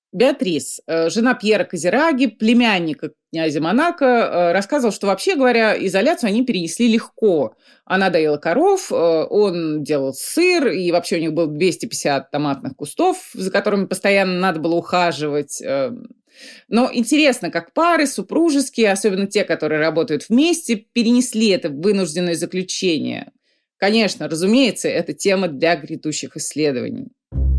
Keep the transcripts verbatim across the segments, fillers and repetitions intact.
Беатрис, э, жена Пьера Козерраги, племянника князя Монако, э, рассказывал, что, вообще говоря, изоляцию они перенесли легко. Она доила коров, э, он делал сыр, и вообще у них было двести пятьдесят томатных кустов, за которыми постоянно надо было ухаживать. э. Но интересно, как пары супружеские, особенно те, которые работают вместе, перенесли это вынужденное заключение. Конечно, разумеется, это тема для грядущих исследований.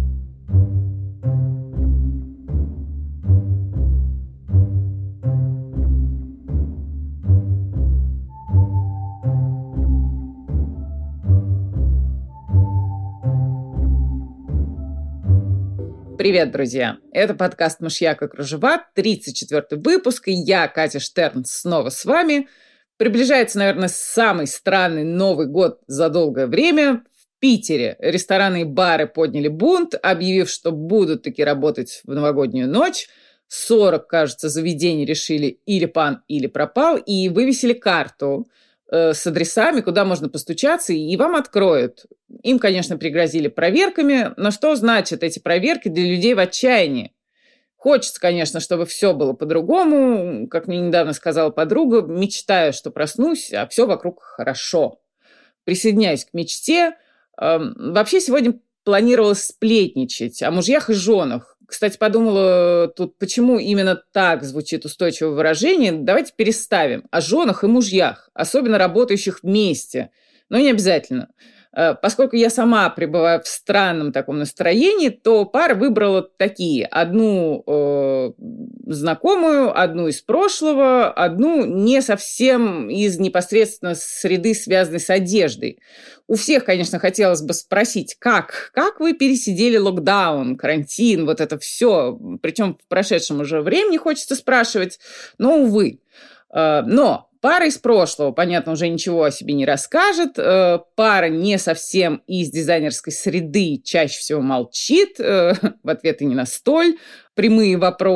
Привет, друзья! Это подкаст «Мышьяк и кружева», тридцать четвёртый выпуск, и я, Катя Штерн, снова с вами. Приближается, наверное, самый странный Новый год за долгое время. В Питере рестораны и бары подняли бунт, объявив, что будут таки работать в новогоднюю ночь. сорок, кажется, заведений решили или пан, или пропал, и вывесили карту с адресами, куда можно постучаться, и вам откроют. Им, конечно, пригрозили проверками, но что значат эти проверки для людей в отчаянии? Хочется, конечно, чтобы все было по-другому. Как мне недавно сказала подруга, мечтаю, что проснусь, а все вокруг хорошо. Присоединяюсь к мечте. Вообще сегодня планировалось сплетничать о мужьях и женах. Кстати, подумала тут, почему именно так звучит устойчивое выражение. Давайте переставим. О женах и мужьях, особенно работающих вместе. Но не обязательно. Поскольку я сама пребываю в странном таком настроении, то пара выбрала такие. Одну э, знакомую, одну из прошлого, одну не совсем из непосредственно среды, связанной с одеждой. У всех, конечно, хотелось бы спросить, как? Как вы пересидели локдаун, карантин, вот это все? Причем в прошедшем уже времени хочется спрашивать, но, увы. Э, но... Пара из прошлого, понятно, уже ничего о себе не расскажет. Пара не совсем из дизайнерской среды чаще всего молчит. В ответы не на столь прямые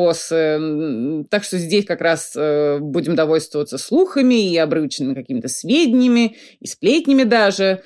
вопросы. Так что здесь как раз будем довольствоваться слухами и обрывочными какими-то сведениями, и сплетнями даже.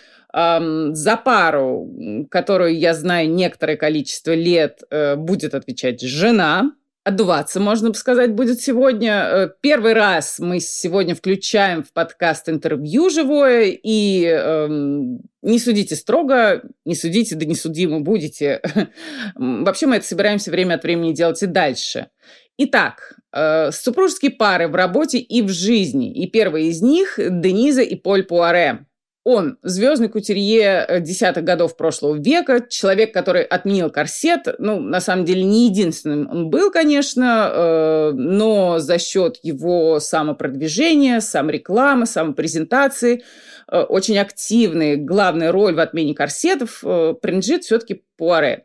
За пару, которую я знаю некоторое количество лет, будет отвечать жена. Отдуваться, можно бы сказать, будет сегодня. Первый раз мы сегодня включаем в подкаст интервью живое, и э, не судите строго, не судите, да не судимы будете. Вообще мы это собираемся время от времени делать и дальше. Итак, э, супружеские пары в работе и в жизни. И первый из них – Дениза и Поль Пуаре. Он звездный кутюрье десятых годов прошлого века, человек, который отменил корсет. Ну, на самом деле, не единственным он был, конечно, э, но за счет его самопродвижения, саморекламы, самопрезентации, э, очень активной, главная роль в отмене корсетов э, принадлежит все-таки Пуаре.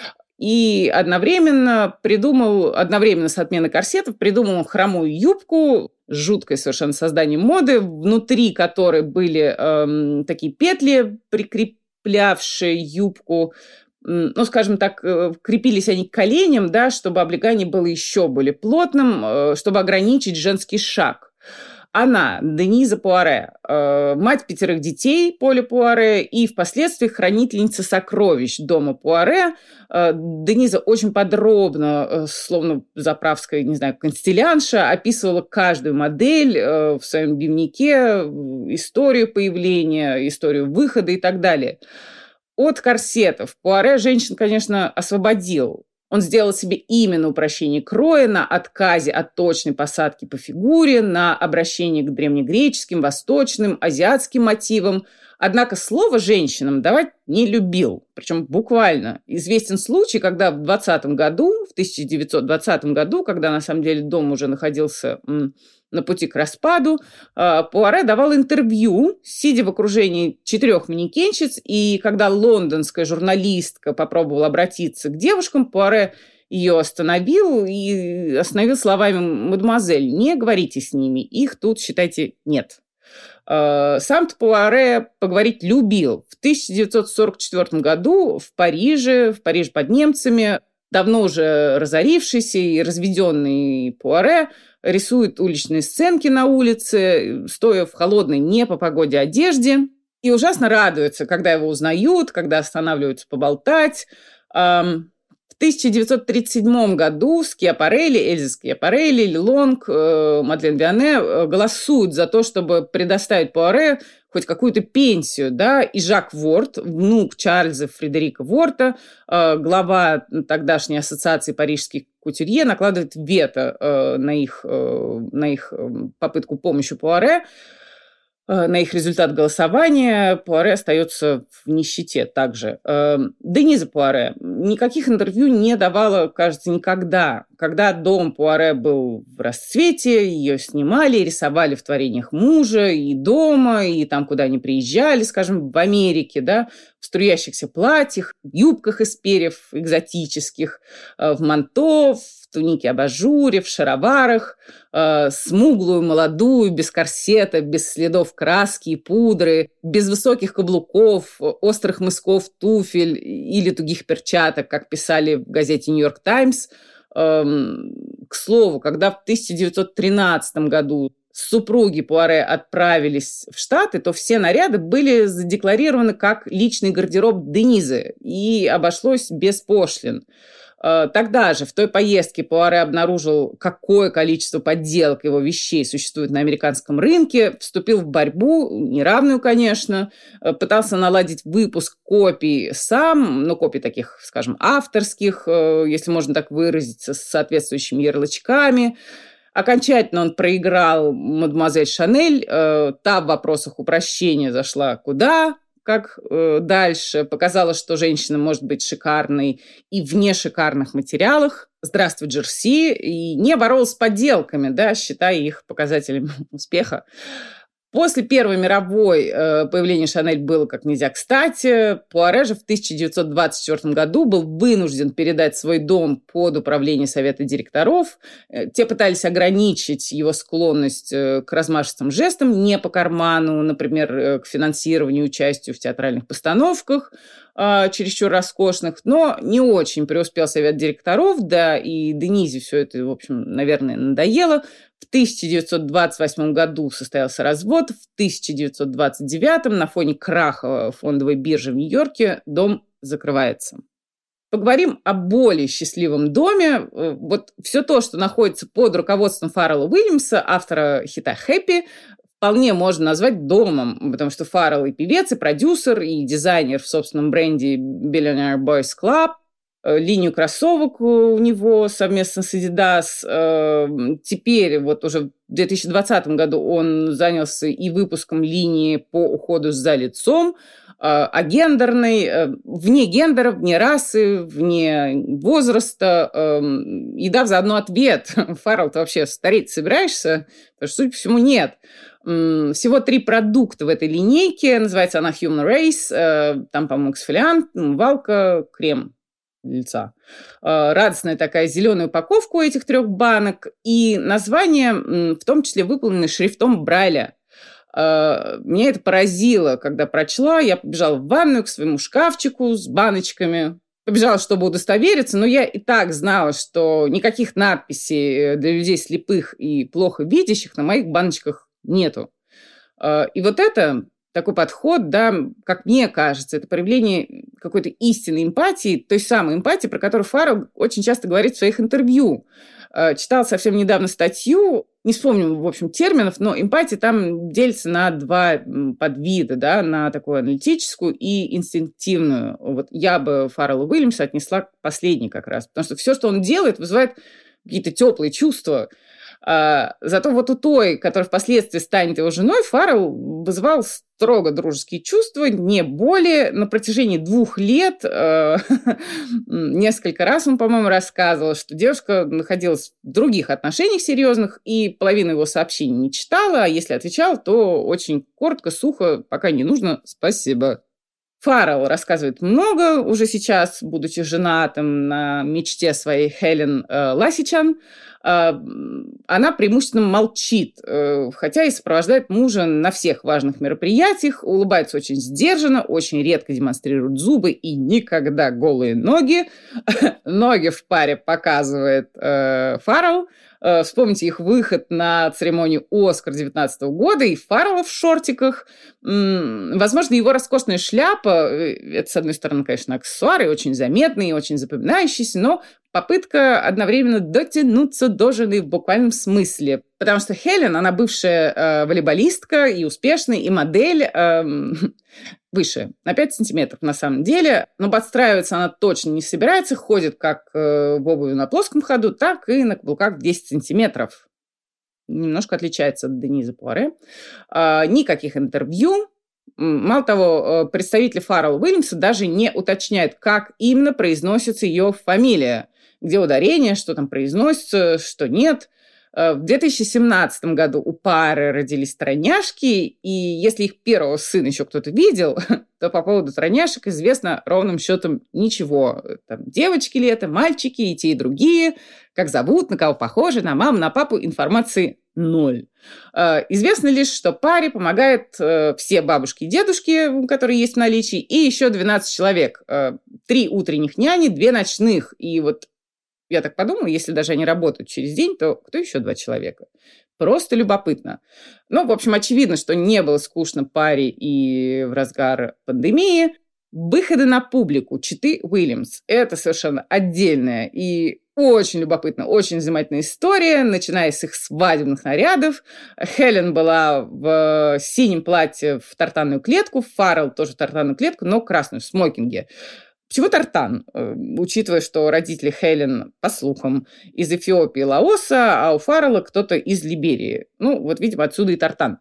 И одновременно придумал, одновременно с отменой корсетов придумал хромую юбку, жуткое совершенно создание моды, внутри которой были эм, такие петли, прикреплявшие юбку. Ну, скажем так, крепились они к коленям, да, чтобы облегание было еще более плотным, э, чтобы ограничить женский шаг. Она, Дениза Пуаре, э, мать пятерых детей Поля Пуаре и впоследствии хранительница сокровищ дома Пуаре. Э, Дениза очень подробно, э, словно заправская, не знаю, констелянша, описывала каждую модель э, в своем дневнике, историю появления, историю выхода и так далее. От корсетов Пуаре женщин, конечно, освободил. Он сделал себе имя на упрощение кроя, на отказе от точной посадки по фигуре, на обращении к древнегреческим, восточным, азиатским мотивам. Однако слово женщинам давать не любил, причем буквально. Известен случай, когда в двадцатом году, в тысяча девятьсот двадцатом году, когда на самом деле дом уже находился м, на пути к распаду, э, Пуаре давал интервью, сидя в окружении четырех манекенщиц, и когда лондонская журналистка попробовала обратиться к девушкам, Пуаре ее остановил и остановил словами: «Мадемуазель, не говорите с ними, их тут, считайте, нет». Сам-то Пуаре поговорить любил. В тысяча девятьсот сорок четвёртом году в Париже, в Париже под немцами, давно уже разорившийся и разведенный Пуаре рисует уличные сценки на улице, стоя в холодной не по погоде одежде, и ужасно радуется, когда его узнают, когда останавливаются поболтать. В тысяча девятьсот тридцать седьмом году Скиапарелли, Эльза Скиапарелли, Ли Лонг, э, Мадлен Виане э, голосуют за то, чтобы предоставить Пуаре хоть какую-то пенсию, да, и Жак Ворт, внук Чарльза Фредерика Ворта, э, глава тогдашней ассоциации парижских кутюрье, накладывает вето э, на их, э, на их попытку помощи Пуаре. На их результат голосования. Пуаре остается в нищете также. Дениза Пуаре никаких интервью не давала, кажется, никогда. Когда дом Пуаре был в расцвете, ее снимали, рисовали в творениях мужа и дома, и там, куда они приезжали, скажем, в Америке, да, в струящихся платьях, в юбках из перьев экзотических, в манто, в тунике абажуре, в шароварах, э, смуглую, молодую, без корсета, без следов краски и пудры, без высоких каблуков, острых мысков туфель или тугих перчаток, как писали в газете «Нью-Йорк Таймс». Эм, к слову, когда в тысяча девятьсот тринадцатом году супруги Пуаре отправились в Штаты, то все наряды были задекларированы как личный гардероб Денизы, и обошлось без пошлин. Тогда же, в той поездке, Пуаре обнаружил, какое количество подделок его вещей существует на американском рынке, вступил в борьбу, неравную, конечно, пытался наладить выпуск копий сам, ну, копий таких, скажем, авторских, если можно так выразиться, с соответствующими ярлычками. Окончательно он проиграл мадемуазель Шанель, та в вопросах упрощения зашла куда как э, дальше, показала, что женщина может быть шикарной и в нешикарных материалах. Здравствуй, Джерси. И не боролась с подделками, да, считая их показателем успеха. После Первой мировой э, появление Шанель было как нельзя кстати. Пуаре же в тысяча девятьсот двадцать четвёртом году был вынужден передать свой дом под управление совета директоров. Э, те пытались ограничить его склонность э, к размашистым жестам, не по карману, например, э, к финансированию и участию в театральных постановках, э, чересчур роскошных, но не очень преуспел совет директоров, да, и Денизе все это, в общем, наверное, надоело. В тысяча девятьсот двадцать восьмом году состоялся развод, в тысяча девятьсот двадцать девятом на фоне краха фондовой биржи в Нью-Йорке дом закрывается. Поговорим о более счастливом доме. Вот все то, что находится под руководством Фаррелла Уильямса, автора хита «Хэппи», вполне можно назвать домом, потому что Фаррелл и певец, и продюсер, и дизайнер в собственном бренде Billionaire Boys Club. Линию кроссовок у него совместно с Adidas. Теперь, вот уже в две тысячи двадцатом году он занялся и выпуском линии по уходу за лицом, агендерной, вне гендера, вне расы, вне возраста. И дав заодно ответ, Фаррелл, ты вообще стареть собираешься? Потому что, судя по всему, нет. Всего три продукта в этой линейке. Называется она Human Race. Там, по-моему, эксфолиант, умывалка, крем лица. Радостная такая зеленая упаковка у этих трех банок. И название, в том числе, выполнено шрифтом Брайля. Меня это поразило, когда прочла. Я побежала в ванную к своему шкафчику с баночками. Побежала, чтобы удостовериться, но я и так знала, что никаких надписей для людей слепых и плохо видящих на моих баночках нету. И вот это... Такой подход, да, как мне кажется, это проявление какой-то истинной эмпатии, той самой эмпатии, про которую Фаррелл очень часто говорит в своих интервью. Читала совсем недавно статью, не вспомню, в общем, терминов, но эмпатия там делится на два подвида, да, на такую аналитическую и инстинктивную. Вот я бы Фаррелла Уильямса отнесла к последней как раз, потому что все, что он делает, вызывает какие-то теплые чувства. А, зато вот у той, которая впоследствии станет его женой, Фаррелл вызывал строго дружеские чувства, не более. На протяжении двух лет э, несколько раз он, по-моему, рассказывал, что девушка находилась в других отношениях серьезных, и половину его сообщений не читала, а если отвечала, то очень коротко, сухо, пока не нужно, спасибо. Фаррелл рассказывает много уже сейчас, будучи женатым на мечте своей Хелен э, Ласичан. Э, она преимущественно молчит, э, хотя и сопровождает мужа на всех важных мероприятиях, улыбается очень сдержанно, очень редко демонстрирует зубы и никогда голые ноги. Ноги в паре показывает э, Фаррелл. Вспомните их выход на церемонию «Оскар» две тысячи девятнадцатого года и Фаррелла в шортиках. Возможно, его роскошная шляпа, это, с одной стороны, конечно, аксессуар, и очень заметный, и очень запоминающийся, но попытка одновременно дотянуться до жены в буквальном смысле. Потому что Хелен, она бывшая э, волейболистка и успешная, и модель э, выше, на пять сантиметров на самом деле. Но подстраиваться она точно не собирается, ходит как э, в обуви на плоском ходу, так и на каблуках десять сантиметров. Немножко отличается от Денизы Пуаре. Э, никаких интервью. Мало того, представитель Фаррелла Уильямса даже не уточняет, как именно произносится ее фамилия, где ударение, что там произносится, что нет. В две тысячи семнадцатом году у пары родились тройняшки, и если их первого сына еще кто-то видел, то по поводу тройняшек известно ровным счетом ничего. Там, девочки ли это, мальчики, и те, и другие, как зовут, на кого похожи, на маму, на папу, информации ноль. Известно лишь, что паре помогают все бабушки и дедушки, которые есть в наличии, и еще двенадцать человек. Три утренних няни, две ночных. И вот я так подумала, если даже они работают через день, то кто еще два человека? Просто любопытно. Ну, в общем, очевидно, что не было скучно паре и в разгар пандемии. Выходы на публику четы Уильямс – это совершенно отдельная и очень любопытная, очень занимательная история, начиная с их свадебных нарядов. Хелен была в синем платье в тартанную клетку, Фаррелл тоже в тартанную клетку, но красную, в смокинге. Почему тартан? Учитывая, что родители Хелен, по слухам, из Эфиопии и Лаоса, а у Фаррелла кто-то из Либерии. Ну, вот, видимо, отсюда и тартан.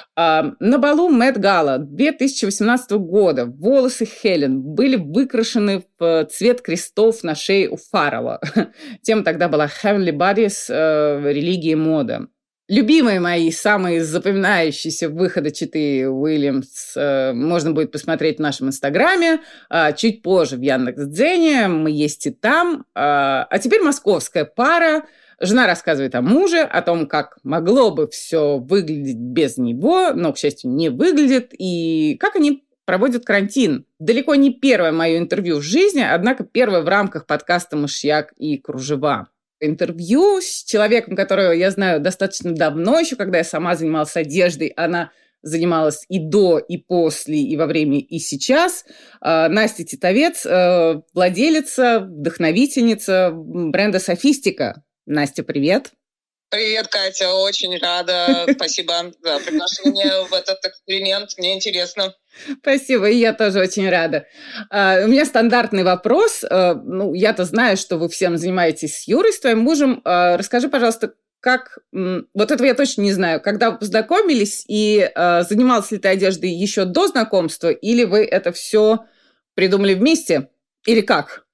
На балу Мет Гала две тысячи восемнадцатого года волосы Хелен были выкрашены в цвет крестов на шее у Фаррелла. Тема тогда была Heavenly Bodies, религия и мода. Любимые мои, самые запоминающиеся выходы четы Уильямс э, можно будет посмотреть в нашем инстаграме, э, чуть позже в Яндекс.Дзене, мы есть и там. Э, а теперь московская пара. Жена рассказывает о муже, о том, как могло бы все выглядеть без него, но, к счастью, не выглядит, и как они проводят карантин. Далеко не первое мое интервью в жизни, однако первое в рамках подкаста «Мышьяк и кружева». Интервью с человеком, которого я знаю достаточно давно, еще когда я сама занималась одеждой. Она занималась и до, и после, и во время, и сейчас. Настя Титовец, владелица, вдохновительница бренда «Софистика». Настя, привет. Привет, Катя, очень рада. Спасибо за приглашение в этот эксперимент. Мне интересно. Спасибо, и я тоже очень рада. Uh, у меня стандартный вопрос. Uh, ну, я-то знаю, что вы всем занимаетесь с Юрой, с твоим мужем. Uh, расскажи, пожалуйста, как... Um, вот этого я точно не знаю. Когда вы познакомились, и uh, занималась ли ты одеждой еще до знакомства, или вы это все придумали вместе, или как?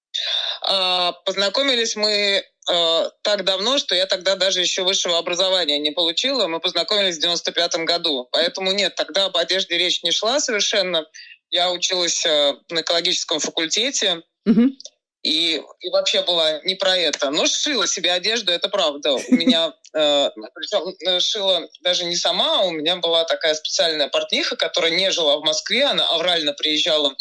Uh, познакомились мы uh, так давно, что я тогда даже еще высшего образования не получила. Мы познакомились в девяносто пятом году. Поэтому нет, тогда об одежде речь не шла совершенно. Я училась uh, на экологическом факультете. Mm-hmm. И, и вообще была не про это. Но шила себе одежду, это правда. У меня, причем шила даже не сама, у меня была такая специальная портниха, которая не жила в Москве, она аврально приезжала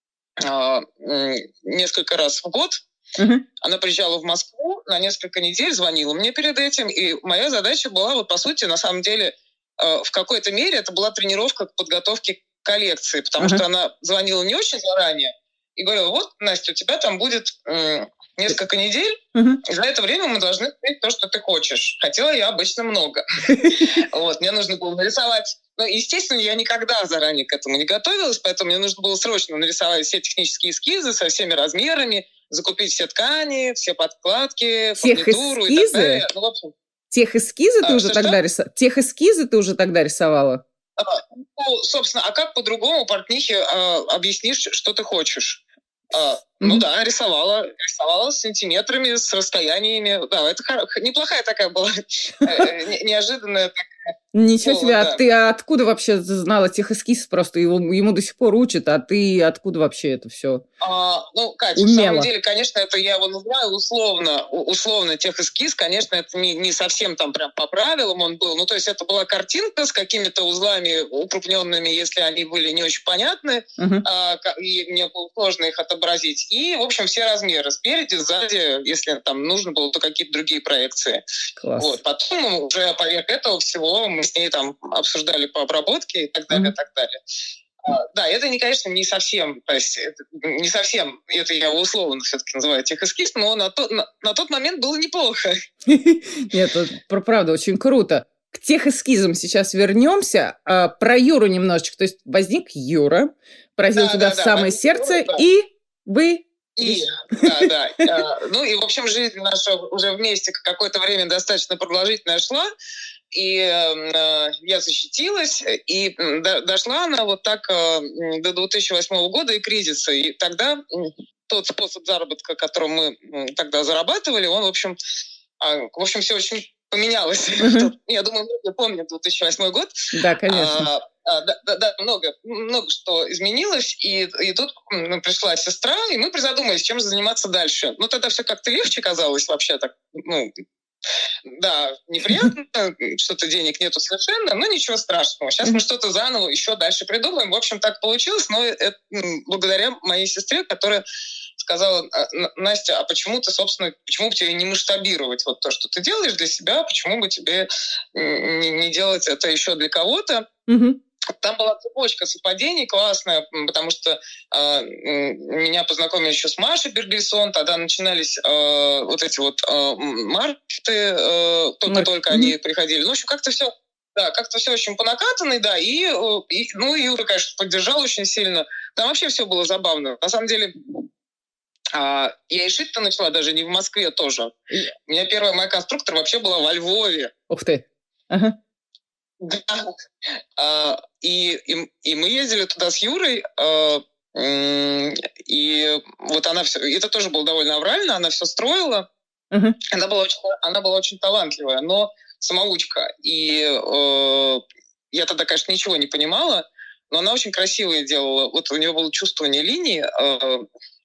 несколько раз в год. Uh-huh. Она приезжала в Москву на несколько недель, звонила мне перед этим, и моя задача была, вот по сути, на самом деле, в какой-то мере это была тренировка к подготовке к коллекции, потому uh-huh. что она звонила не очень заранее и говорила: вот, Настя, у тебя там будет м- несколько недель, uh-huh. и за это время мы должны купить то, что ты хочешь. Хотела я обычно много. Вот, мне нужно было нарисовать. Ну, естественно, я никогда заранее к этому не готовилась, поэтому мне нужно было срочно нарисовать все технические эскизы со всеми размерами, закупить все ткани, все подкладки, фурнитуру и так далее. Ну, в общем. Тех эскизы ты а, уже тогда рисовала? Тех эскизы ты уже тогда рисовала? А, ну, собственно, а как по-другому портнихе а, объяснишь, что ты хочешь? А, mm-hmm. Ну да, рисовала. Рисовала с сантиметрами, с расстояниями. Да, это хор- неплохая такая была, неожиданная Ничего себе, а ты откуда вообще знала техэскиз? Просто его, ему до сих пор учат, а ты откуда вообще это все а, Ну, Катя, умела? На самом деле, конечно, это я его называю условно, условно техэскиз, конечно, это не, не совсем там прям по правилам он был, ну, то есть это была картинка с какими-то узлами укрупненными, если они были не очень понятны, uh-huh. а, и мне было сложно их отобразить, и, в общем, все размеры, спереди, сзади, если там нужно было, то какие-то другие проекции. Класс. Вот, потом уже поверх этого всего мы с ней там обсуждали по обработке и так далее, mm-hmm. и так далее. А, да, это, не, конечно, не совсем, то есть это, не совсем, это я условно все-таки называю техэскиз, но на, то, на, на тот момент было неплохо. Нет, правда, очень круто. К техэскизам сейчас вернемся. А, про Юру немножечко. То есть возник Юра, поразил да, тебя да, в да, самое сердце, Юра, да. и вы... И, да, да. Ну и, в общем, жизнь наша уже вместе какое-то время достаточно продолжительная шла, и я защитилась, и дошла она вот так до две тысячи восьмого года и кризиса. И тогда тот способ заработка, которым мы тогда зарабатывали, он, в общем, в общем, все очень поменялось. Uh-huh. Я думаю, многие помнят две тысячи восьмой год. Да, конечно. А, а, да, да, да, много, много что изменилось, и, и тут ну, пришла сестра, и мы призадумались, чем же заниматься дальше. Ну, тогда все как-то легче казалось вообще так, ну, да, неприятно, что-то денег нету совершенно, но ничего страшного. Сейчас мы что-то заново еще дальше придумаем. В общем, так получилось, но это благодаря моей сестре, которая сказала: Настя, а почему ты, собственно, почему бы тебе не масштабировать вот то, что ты делаешь для себя, почему бы тебе не, не делать это еще для кого-то? Mm-hmm. Там была цепочка совпадений классная, потому что э, меня познакомили еще с Машей Бергельсон, тогда начинались э, вот эти вот э, маркеты, э, только-только mm-hmm. они приходили. Ну, в общем, как-то все, да, как-то все очень по накатанной, да, и, и ну, Юра, конечно, поддержал очень сильно. Там вообще все было забавно. На самом деле, А, я и шить-то начала даже не в Москве тоже. У меня первая моя конструктор вообще была во Львове. Ух ты! Ага. Да. А, и, и, и мы ездили туда с Юрой, а, и вот она все... Это тоже было довольно аврально, она все строила. Uh-huh. Она, была очень, она была очень талантливая, но самоучка. И э, я тогда, конечно, ничего не понимала, но она очень красивое делала. Вот у нее было чувствование линии, э,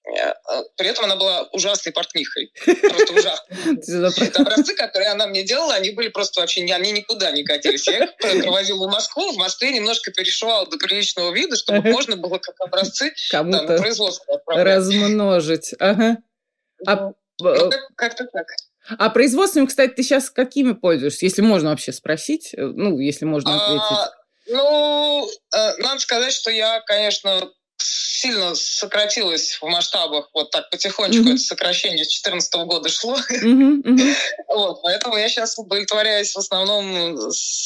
при этом она была ужасной портнихой. Просто ужасной. Это образцы, которые она мне делала, они были просто вообще, они никуда не годились. Я их провозила в Москву, в Москве немножко перешивала до приличного вида, чтобы ага. можно было как образцы там, на производство отправлять. Размножить. Ага. А... Ну, как- как-то так. А производством, кстати, ты сейчас какими пользуешься? Если можно вообще спросить, ну, если можно ответить. А, ну, надо сказать, что я, конечно... сильно сократилась в масштабах, вот так потихонечку mm-hmm. это сокращение с две тысячи четырнадцатого года шло. Mm-hmm. Mm-hmm. Вот, поэтому я сейчас удовлетворяюсь в основном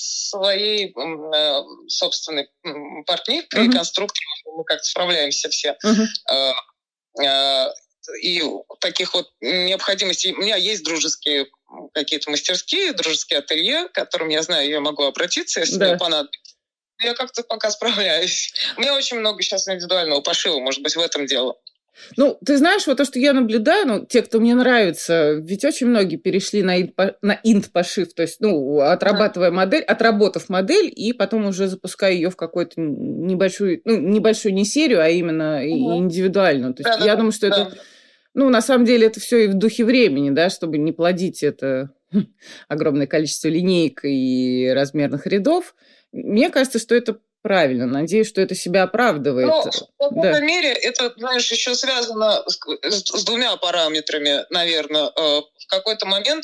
своей э, собственной партнеркой, mm-hmm. конструктором, мы как-то справляемся все. Mm-hmm. Э, э, и таких вот необходимостей. У меня есть дружеские какие-то мастерские, дружеские ателье, к которым я знаю, я могу обратиться, если да. мне понадобится. Я как-то пока справляюсь. У меня очень много сейчас индивидуального пошива, может быть, в этом дело. Ну, ты знаешь, вот то, что я наблюдаю, ну, те, кто мне нравится, ведь очень многие перешли на, на инт-пошив, то есть, ну, отрабатывая модель, отработав модель, и потом уже запуская ее в какую-то небольшую, ну, небольшую не серию, а именно угу. индивидуальную. То есть, да, я да, думаю, что да. это, ну, на самом деле, это все и в духе времени, да, чтобы не плодить это огромное количество линеек и размерных рядов. Мне кажется, что это правильно. Надеюсь, что это себя оправдывает. Ну, в какой-то да. мере это, знаешь, еще связано с, с двумя параметрами, наверное. В какой-то момент,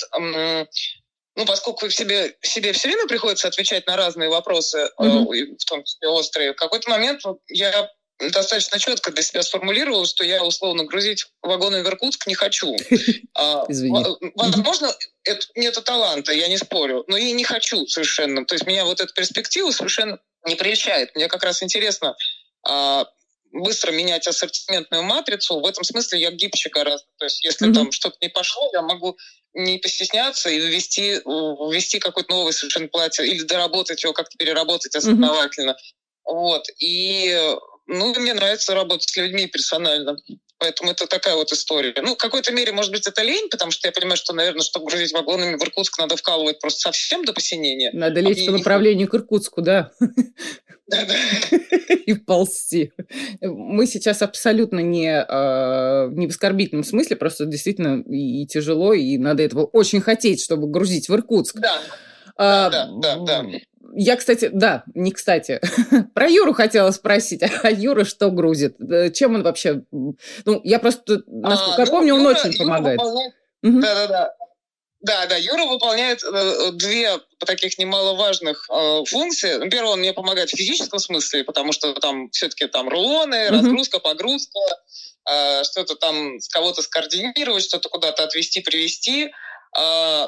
ну, поскольку себе, себе все время приходится отвечать на разные вопросы, mm-hmm. в том числе острые, в какой-то момент я достаточно четко для себя сформулировала, что я, условно, грузить вагоны в Иркутск не хочу. Возможно, это, нет таланта, я не спорю, но я не хочу совершенно. То есть меня вот эта перспектива совершенно не прельщает. Мне как раз интересно а, быстро менять ассортиментную матрицу. В этом смысле я гибче гораздо. То есть если mm-hmm. там что-то не пошло, я могу не постесняться и ввести, ввести какое-то новое совершенно платье или доработать его, как-то переработать основательно. Mm-hmm. Вот. И... Ну, мне нравится работать с людьми персонально. Поэтому это такая вот история. Ну, в какой-то мере, может быть, это лень, потому что я понимаю, что, наверное, чтобы грузить вагонами в Иркутск, надо вкалывать просто совсем до посинения. Надо лезть по направлению к Иркутску, да. Да-да. И ползти. Мы сейчас абсолютно не, э, не в оскорбительном смысле, просто действительно и, и тяжело, и надо этого очень хотеть, чтобы грузить в Иркутск. Да, а, да, да, да. Я, кстати, да, не кстати, про Юру хотела спросить, а Юра что грузит? Чем он вообще... Ну, я просто, насколько а, я помню, ну, он Юра, очень Юра помогает. Выполняет... Угу. Да-да-да. Да, да, Юра выполняет э, две таких немаловажных э, функции. Первое, он мне помогает в физическом смысле, потому что там все-таки там рулоны, uh-huh. разгрузка, погрузка, э, что-то там с кого-то скоординировать, что-то куда-то отвезти, привезти. Э,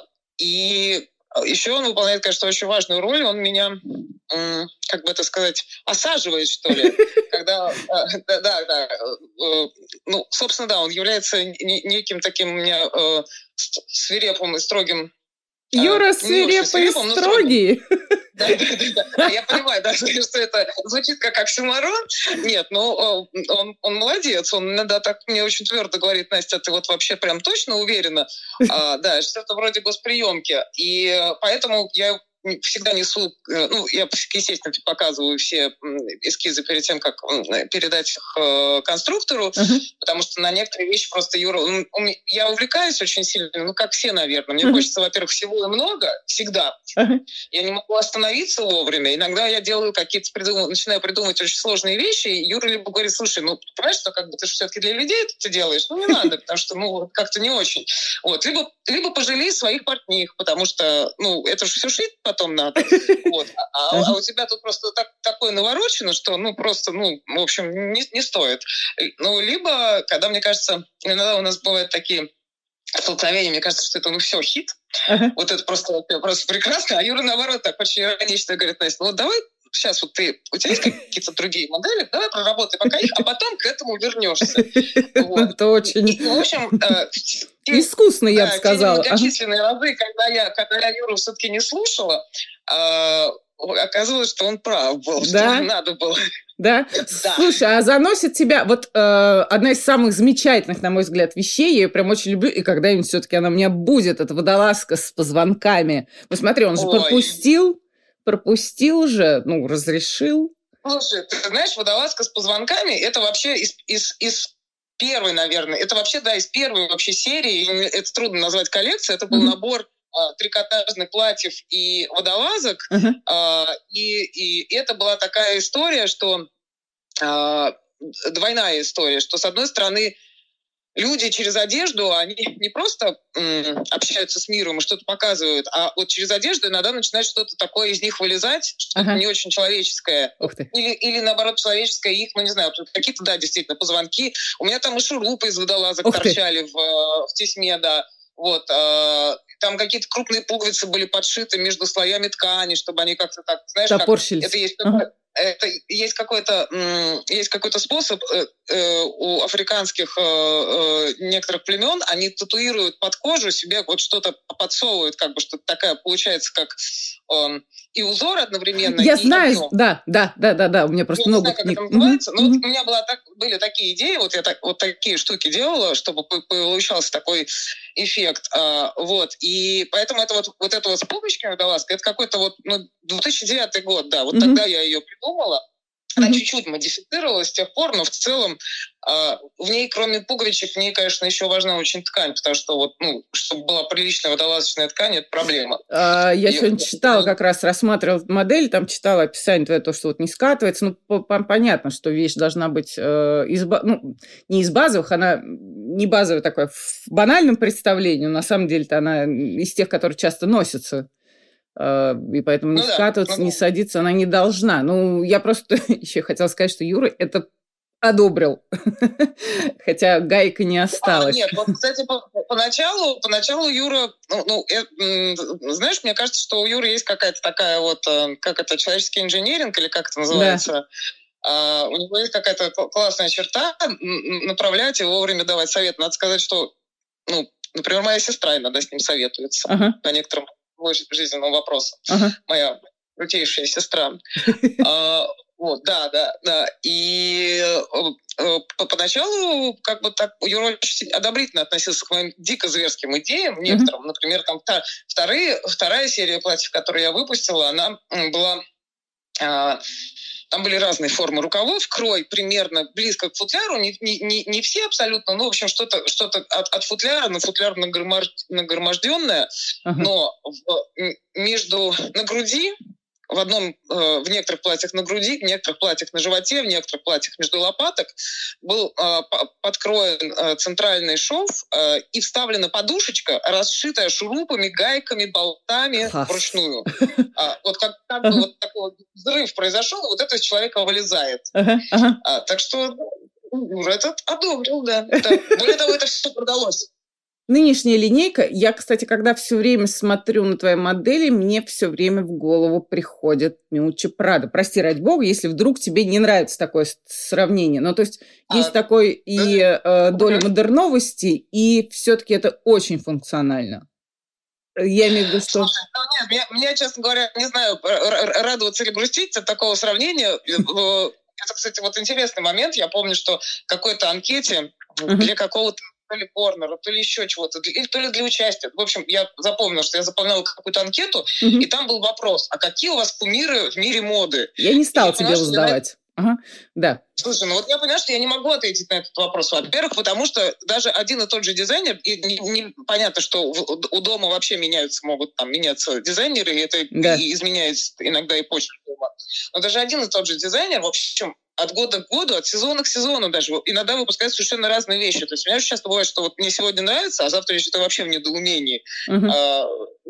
и еще он выполняет, конечно, очень важную роль. Он меня, э, как бы это сказать, осаживает, что ли. Когда, э, да, да, да. Э, ну, собственно, да, он является неким таким у меня... Э, свирепым и строгим. Юра, а, свирепый и строгий. Да, да, да, да. Я понимаю, да, что это звучит как оксюморон. Нет, но он, он молодец. Он иногда так мне очень твердо говорит: Настя, ты вот вообще прям точно уверена? А, да, что это вроде госприемки. И поэтому я всегда несу, ну, я, естественно, показываю все эскизы перед тем, как передать их конструктору, uh-huh. потому что на некоторые вещи просто Юра... Я увлекаюсь очень сильно, ну, как все, наверное. Мне uh-huh. хочется, во-первых, всего и много, всегда. Uh-huh. Я не могу остановиться вовремя. Иногда я делаю какие-то, придум... начинаю придумывать очень сложные вещи, и Юра либо говорит: слушай, ну, понимаешь, что как бы ты же все-таки для людей это делаешь? Ну, не надо, потому что, ну, как-то не очень. Вот. Либо, либо пожалей своих портних, потому что, ну, это же все шить потом надо. Вот. А, а у тебя тут просто так, такое наворочено, что, ну, просто, ну, в общем, не, не стоит. Ну, либо, когда, мне кажется, иногда у нас бывают такие столкновения, мне кажется, что это, ну, все, хит. Uh-huh. Вот это просто, просто прекрасно. А Юра, наоборот, так очень иронично говорит: Настя, ну, вот давай сейчас вот ты, у тебя есть какие-то другие модели, давай проработай пока их, а потом к этому вернешься. Вот. Это очень... И, в общем... Э, искусно, я да, бы сказала. Те многочисленные ага. разы, когда я, когда я Юру все-таки не слушала, э, оказалось, что он прав был, да? Что надо было. Да? Да? Слушай, а заносит тебя... Вот э, одна из самых замечательных, на мой взгляд, вещей, я ее прям очень люблю, и когда-нибудь все-таки она у меня будет, это водолазка с позвонками. Ну смотри, он же Ой. пропустил... Пропустил же, ну, разрешил. Слушай, ты знаешь, водолазка с позвонками, это вообще из, из, из первой, наверное, это вообще, да, из первой вообще серии, это трудно назвать коллекцией, это был mm-hmm. набор а, трикотажных платьев и водолазок, mm-hmm. а, и, и это была такая история, что а, двойная история, что, с одной стороны, люди через одежду, они не просто м, общаются с миром и что-то показывают, а вот через одежду иногда начинает что-то такое из них вылезать, что-то ага. не очень человеческое. Ух ты. Или, или наоборот, человеческое их, ну не знаю, какие-то, да, действительно, позвонки. У меня там и шурупы из водолазок Ух торчали в, в тесьме, да. Вот, э, там какие-то крупные пуговицы были подшиты между слоями ткани, чтобы они как-то так, знаешь, как, это есть ага. Это есть какой-то, есть какой-то способ э, э, у африканских э, э, некоторых племен, они татуируют под кожу себе вот что-то подсовывают, как бы что-то такая получается, как э, и узор одновременно. Я и знаю, объем. да, да, да, да, да, у меня просто я много не знаю, книг. Как это называется, но mm-hmm. вот у меня была так, были такие идеи, вот я так, вот такие штуки делала, чтобы получался такой эффект, а, вот, и поэтому это вот, вот это вот с пуговичками водолазка, это какой-то вот, ну, две тысячи девятый год, да, вот mm-hmm. тогда я ее придумала. Она mm-hmm. чуть-чуть модифицировалась с тех пор, но в целом э, в ней, кроме пуговичек, в ней, конечно, еще важна очень ткань, потому что вот, ну, чтобы была приличная водолазочная ткань, это проблема. А, я Ее... сегодня читала, как раз рассматривала модель, там читала описание твое, то, что вот не скатывается. Ну, понятно, что вещь должна быть э, из, ну, не из базовых, она не базовая такая в банальном представлении, но на самом деле-то она из тех, которые часто носятся. И поэтому не ну скатываться, да, ну, не садиться она не должна. Ну, я просто еще хотела сказать, что Юра это одобрил, хотя гайка не осталась. А, нет, вот, кстати, по, поначалу, поначалу Юра, ну, ну э, знаешь, мне кажется, что у Юры есть какая-то такая вот, как это, человеческий инженеринг, или как это называется, да. Uh, у него есть какая-то классная черта направлять и вовремя давать совет. Надо сказать, что, ну, например, моя сестра иногда с ним советуется uh-huh. по некоторым жизненным вопросам. Uh-huh. Моя крутейшая сестра. uh, Вот, да, да, да. И э, поначалу как бы так Юра очень одобрительно относился к моим дико зверским идеям некоторым. Mm-hmm. Например, там та, вторые, вторая серия платьев, которую я выпустила, она была... Э, там были разные формы рукавов, крой примерно близко к футляру, не, не, не все абсолютно, но, в общем, что-то, что-то от, от футляра на футляр нагроможденное, uh-huh. но в, между, на груди, в одном, в некоторых платьях на груди, в некоторых платьях на животе, в некоторых платьях между лопаток был э, подкроен э, центральный шов э, и вставлена подушечка, расшитая шурупами, гайками, болтами Класс. Вручную. А, вот как, как uh-huh. бы вот такой вот взрыв произошел, вот это из человека вылезает. Uh-huh. Uh-huh. А, так что Юра этот одобрил, да. Это, более того, это все продалось. Нынешняя линейка, я, кстати, когда все время смотрю на твои модели, мне все время в голову приходит Миуччо Прадо. Прости, ради бога, если вдруг тебе не нравится такое сравнение. Ну, то есть а, есть такой и э, доля модерновости, и все-таки это очень функционально. Я имею в виду, что... Слушай, ну, нет, меня, меня, честно говоря, не знаю, радоваться или грустить от такого сравнения. Это, кстати, вот интересный момент. Я помню, что в какой-то анкете для какого-то то ли Порнера, то ли еще чего-то, или то ли для участия. В общем, я запомнила, что я заполняла какую-то анкету, mm-hmm. и там был вопрос, а какие у вас кумиры в мире моды? Я не стала тебе его задавать. Ага, да. Слушай, ну вот я поняла, что я не могу ответить на этот вопрос. Во-первых, потому что даже один и тот же дизайнер, и не, не, понятно, что у дома вообще меняются, могут там меняться дизайнеры, и это да. и изменяет иногда и почерк дома. Но даже один и тот же дизайнер, в общем, от года к году, от сезона к сезону даже иногда выпускают совершенно разные вещи. То есть у меня очень часто бывает, что вот мне сегодня нравится, а завтра я что-то вообще в недоумении. Uh-huh. А,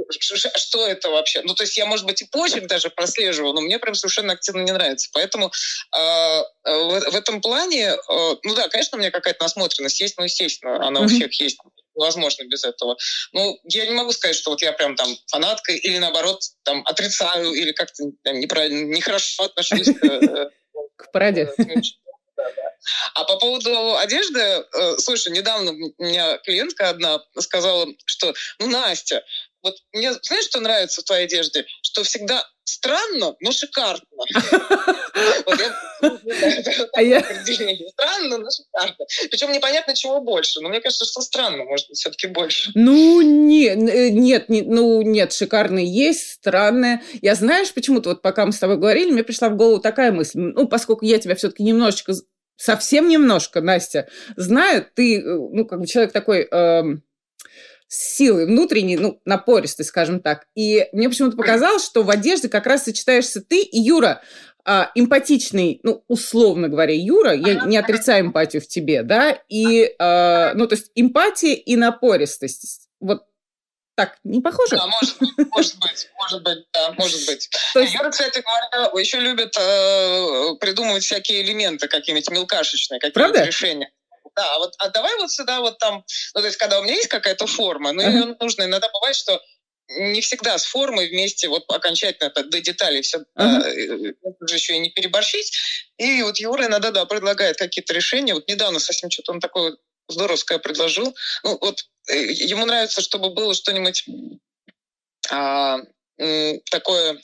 что это вообще? Ну, то есть я, может быть, и почерк даже прослеживаю, но мне прям совершенно активно не нравится. Поэтому а, в, в этом плане, а, ну да, конечно, у меня какая-то насмотренность есть, но, естественно, она uh-huh. у всех есть. Невозможно без этого. Ну, я не могу сказать, что вот я прям там фанатка или, наоборот, там отрицаю или как-то там, неправильно, нехорошо отношусь к... К Прадо. А по поводу одежды, э, слушай, недавно у меня клиентка одна сказала, что, ну, Настя, вот мне, знаешь, что нравится в твоей одежде? Что всегда странно, но шикарно. Странно, но шикарно. Причем непонятно, чего больше. Но мне кажется, что странно, может быть, все-таки больше. Ну, нет, нет, ну, нет, шикарное есть, странное. Я, знаешь, почему-то вот пока мы с тобой говорили, мне пришла в голову такая мысль. Ну, поскольку я тебя все-таки немножечко, совсем немножко, Настя, знаю, ты, ну, как бы человек такой... силой внутренней, ну, напористой, скажем так. И мне почему-то показалось, что в одежде как раз сочетаешься ты и Юра, а, эмпатичный, ну, условно говоря, Юра, я не отрицаю эмпатию в тебе, да, и, а, ну, то есть эмпатия и напористость. Вот так, не похоже? Да, может быть, может быть, может быть, да, может быть. То есть... Юра, кстати говоря, еще любит э, придумывать всякие элементы какие-нибудь мелкашечные, какие-нибудь решения. Да, вот, а давай вот сюда вот там, ну, то есть, когда у меня есть какая-то форма, ну, ее нужно, иногда бывает, что не всегда с формой вместе вот окончательно так, до деталей все, uh-huh. да, уже еще и не переборщить. И вот Юра иногда, да, предлагает какие-то решения. Вот недавно совсем что-то он такое здоровское предложил. Ну, вот ему нравится, чтобы было что-нибудь а, такое...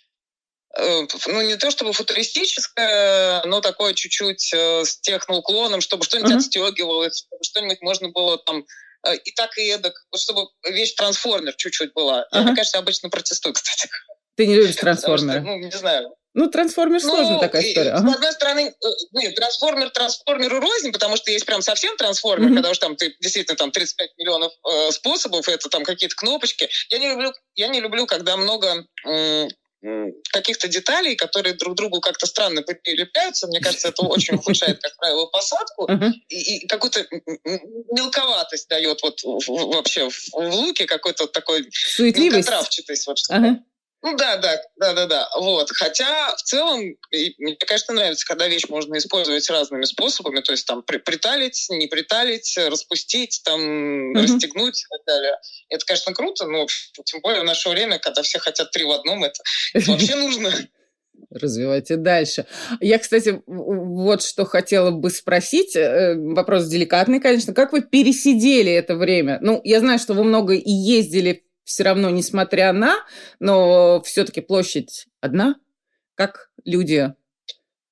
ну, не то чтобы футуристическое, но такое чуть-чуть э, с техноуклоном, чтобы что-нибудь uh-huh. отстегивалось, чтобы что-нибудь можно было там э, и так, и эдак, вот чтобы вещь трансформер чуть-чуть была. Uh-huh. Я, конечно, обычно протестую, кстати. Ты не любишь трансформеры? Ну, не знаю. Ну, трансформер ну, сложная такая история. Ага. С одной стороны, нет, трансформер трансформеру рознь, потому что есть прям совсем трансформер, mm-hmm. когда уж там ты действительно там тридцать пять миллионов э, способов, это там какие-то кнопочки. Я не люблю, я не люблю, когда много... М- каких-то деталей, которые друг другу как-то странно прилепляются. Мне кажется, это очень ухудшает, как правило, посадку uh-huh. и, и какую-то мелковатость дает вот вообще в луке, какой-то такой мелкотравчатость. Вот, uh-huh. Ну да, да, да, да, да. Вот. Хотя в целом, мне, конечно, нравится, когда вещь можно использовать разными способами, то есть там приталить, не приталить, распустить, там mm-hmm. расстегнуть и так далее. Это, конечно, круто, но тем более в наше время, когда все хотят три в одном, это, это вообще нужно. Развивайте дальше. Я, кстати, вот что хотела бы спросить. Вопрос деликатный, конечно. Как вы пересидели это время? Ну, я знаю, что вы много и ездили все равно, несмотря на, но все-таки площадь одна. Как люди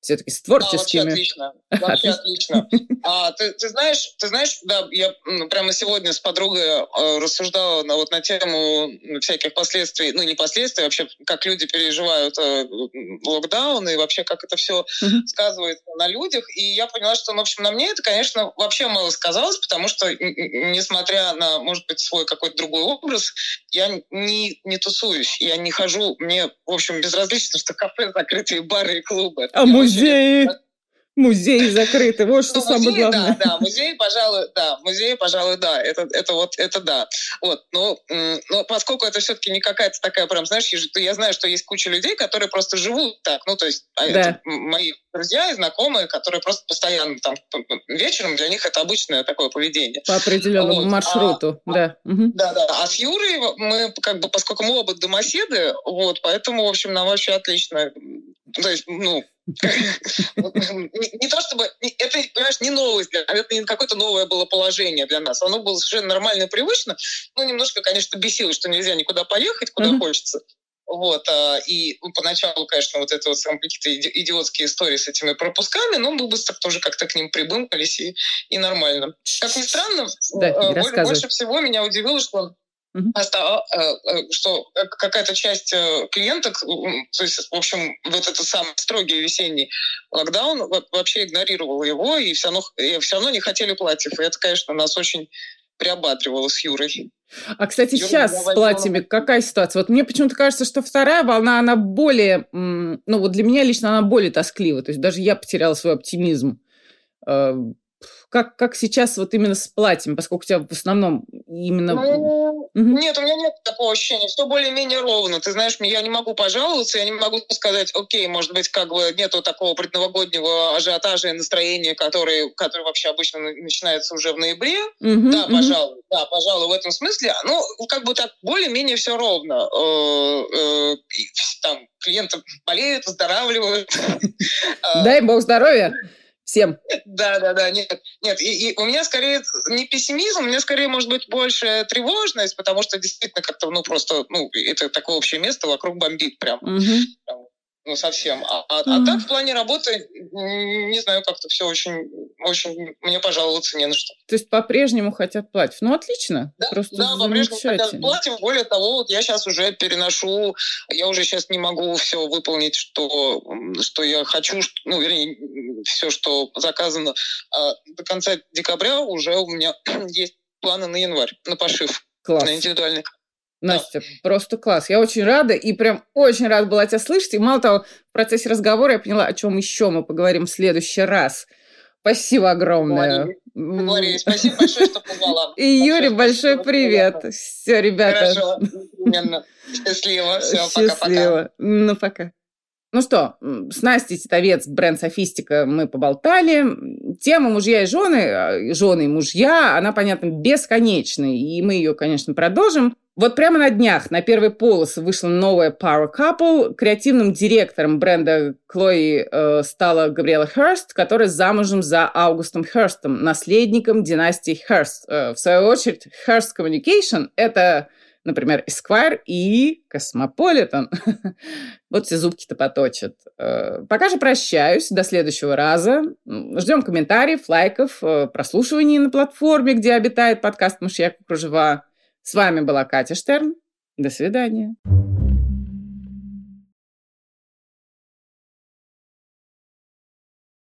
все-таки с творческими. Да, вообще отлично. Вообще отлично. А, ты, ты знаешь, ты знаешь, да, я ну, прямо сегодня с подругой э, рассуждала на, вот, на тему всяких последствий, ну не последствий, вообще как люди переживают э, локдаун и вообще как это все uh-huh. сказывается на людях. И я поняла, что, ну, в общем, на мне это, конечно, вообще мало сказалось, потому что, несмотря на, может быть, свой какой-то другой образ, я не, не тусуюсь, я не хожу, мне, в общем, безразлично, что кафе закрытые, бары и клубы. А музеи? Музеи закрыты, вот что ну, самое музеи, главное. Да, да, музеи, пожалуй, да, музеи, пожалуй, да, это, это вот, это да. Вот, но, но поскольку это все-таки не какая-то такая прям, знаешь, я знаю, что есть куча людей, которые просто живут так, ну, то есть да. это мои друзья и знакомые, которые просто постоянно там вечером, для них это обычное такое поведение. По определенному вот. маршруту, а, да. Угу. Да, да, а с Юрой мы, как бы, поскольку мы оба домоседы, вот, поэтому, в общем, нам вообще отлично, то есть, ну, не то чтобы... Это, понимаешь, не новость, это не какое-то новое было положение для нас. Оно было совершенно нормально и привычно. Ну, немножко, конечно, бесило, что нельзя никуда поехать, куда uh-huh. хочется. Вот, и ну, поначалу, конечно, вот это вот какие-то идиотские истории с этими пропусками, но мы быстро тоже как-то к ним прибымкались, и, и нормально. Как ни странно, да, больше всего меня удивило, что Uh-huh. что какая-то часть клиенток, то есть, в общем, вот этот самый строгий весенний локдаун вообще игнорировал его, и все равно, и все равно не хотели платьев. И это, конечно, нас очень приободривало с Юрой. А, кстати, Юра, сейчас с платьями какая ситуация? Вот мне почему-то кажется, что вторая волна, она более, ну вот для меня лично она более тосклива. То есть даже я потеряла свой оптимизм. Как, как сейчас вот именно с платьем, поскольку у тебя в основном именно... Ну, угу. Нет, у меня нет такого ощущения. Все более-менее ровно. Ты знаешь, я не могу пожаловаться, я не могу сказать, окей, может быть, как бы нету такого предновогоднего ажиотажа и настроения, который, который вообще обычно начинается уже в ноябре. Угу, да, угу. пожалуй. Да, пожалуй, в этом смысле. Ну, как бы так более-менее все ровно. Там клиенты болеют, выздоравливают. Дай бог здоровья. Всем. Да, да, да, нет, нет. И, и у меня скорее не пессимизм, у меня скорее может быть больше тревожность, потому что действительно как-то, ну просто, ну это такое общее место, вокруг бомбит прям, угу. прям ну совсем. А, а, угу. а так в плане работы, не знаю, как-то все очень, очень, мне пожаловаться не на что. То есть по-прежнему хотят платьев? Ну отлично. Да, просто да по-прежнему хотят платьев. Более того, вот я сейчас уже переношу, я уже сейчас не могу все выполнить, что, что я хочу, ну вернее все, что заказано а до конца декабря, уже у меня есть планы на январь, на пошив, класс. На индивидуальный. Настя, да. Просто класс. Я очень рада и прям очень рада была тебя слышать. И мало того, в процессе разговора я поняла, о чем еще мы поговорим в следующий раз. Спасибо огромное. Говори. Спасибо большое, что позвала. И Юре большой привет. Приятно. Все, ребята. Хорошо. Счастливо. Все, пока-пока. Ну, пока. Ну что, с Настей Титовец, бренд «Софистика» мы поболтали. Тема «Мужья и жены», «Жены и мужья», она, понятно, бесконечная, и мы ее, конечно, продолжим. Вот прямо на днях на первой полосе вышла новая Power Couple. Креативным директором бренда Chloe э, стала Габриэла Хёрст, которая замужем за Аугустом Хёрстом, наследником династии Хёрст. Э, в свою очередь, Hearst Communication – это, например, Esquire и Cosmopolitan. Вот все зубки-то поточат. Э, пока же прощаюсь. До следующего раза. Ждем комментариев, лайков, э, прослушиваний на платформе, где обитает подкаст «Мышьяк и кружева». С вами была Катя Штерн. До свидания.